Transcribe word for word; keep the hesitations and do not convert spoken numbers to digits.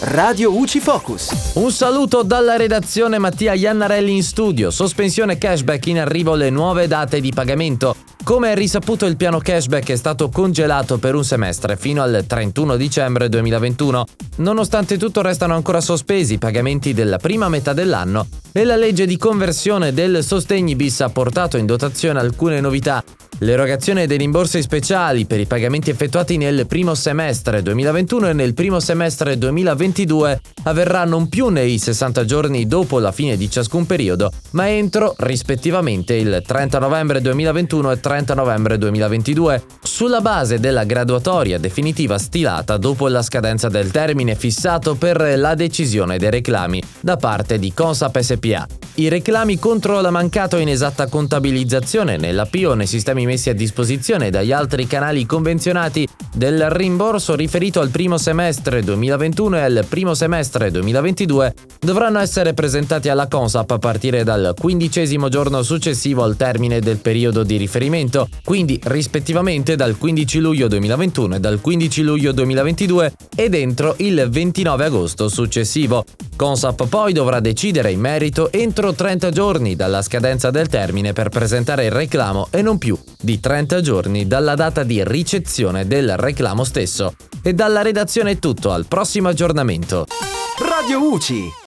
Radio U C I Focus. Un saluto dalla redazione, Mattia Iannarelli in studio. Sospensione cashback, in arrivo le nuove date di pagamento. Come è risaputo, il piano cashback è stato congelato per un semestre fino al trentuno dicembre duemilaventuno. Nonostante tutto restano ancora sospesi i pagamenti della prima metà dell'anno e la legge di conversione del Sostegni bis ha portato in dotazione alcune novità. L'erogazione dei rimborsi speciali per i pagamenti effettuati nel primo semestre duemilaventuno e nel primo semestre duemilaventidue avverrà non più nei sessanta giorni dopo la fine di ciascun periodo, ma entro, rispettivamente, il trenta novembre duemilaventuno e trenta novembre duemilaventidue, sulla base della graduatoria definitiva stilata dopo la scadenza del termine fissato per la decisione dei reclami da parte di Consap S P A. I reclami contro la mancata o inesatta contabilizzazione nell'A P I o nei sistemi messi a disposizione dagli altri canali convenzionati del rimborso riferito al primo semestre duemilaventuno e al primo semestre duemilaventidue dovranno essere presentati alla Consap a partire dal quindicesimo giorno successivo al termine del periodo di riferimento, quindi rispettivamente dal quindici luglio duemilaventuno e dal quindici luglio duemilaventidue ed entro il ventinove agosto successivo. Consap poi dovrà decidere in merito entro trenta giorni dalla scadenza del termine per presentare il reclamo e non più di trenta giorni dalla data di ricezione del reclamo stesso. E dalla redazione è tutto, al prossimo aggiornamento. Radio U C I.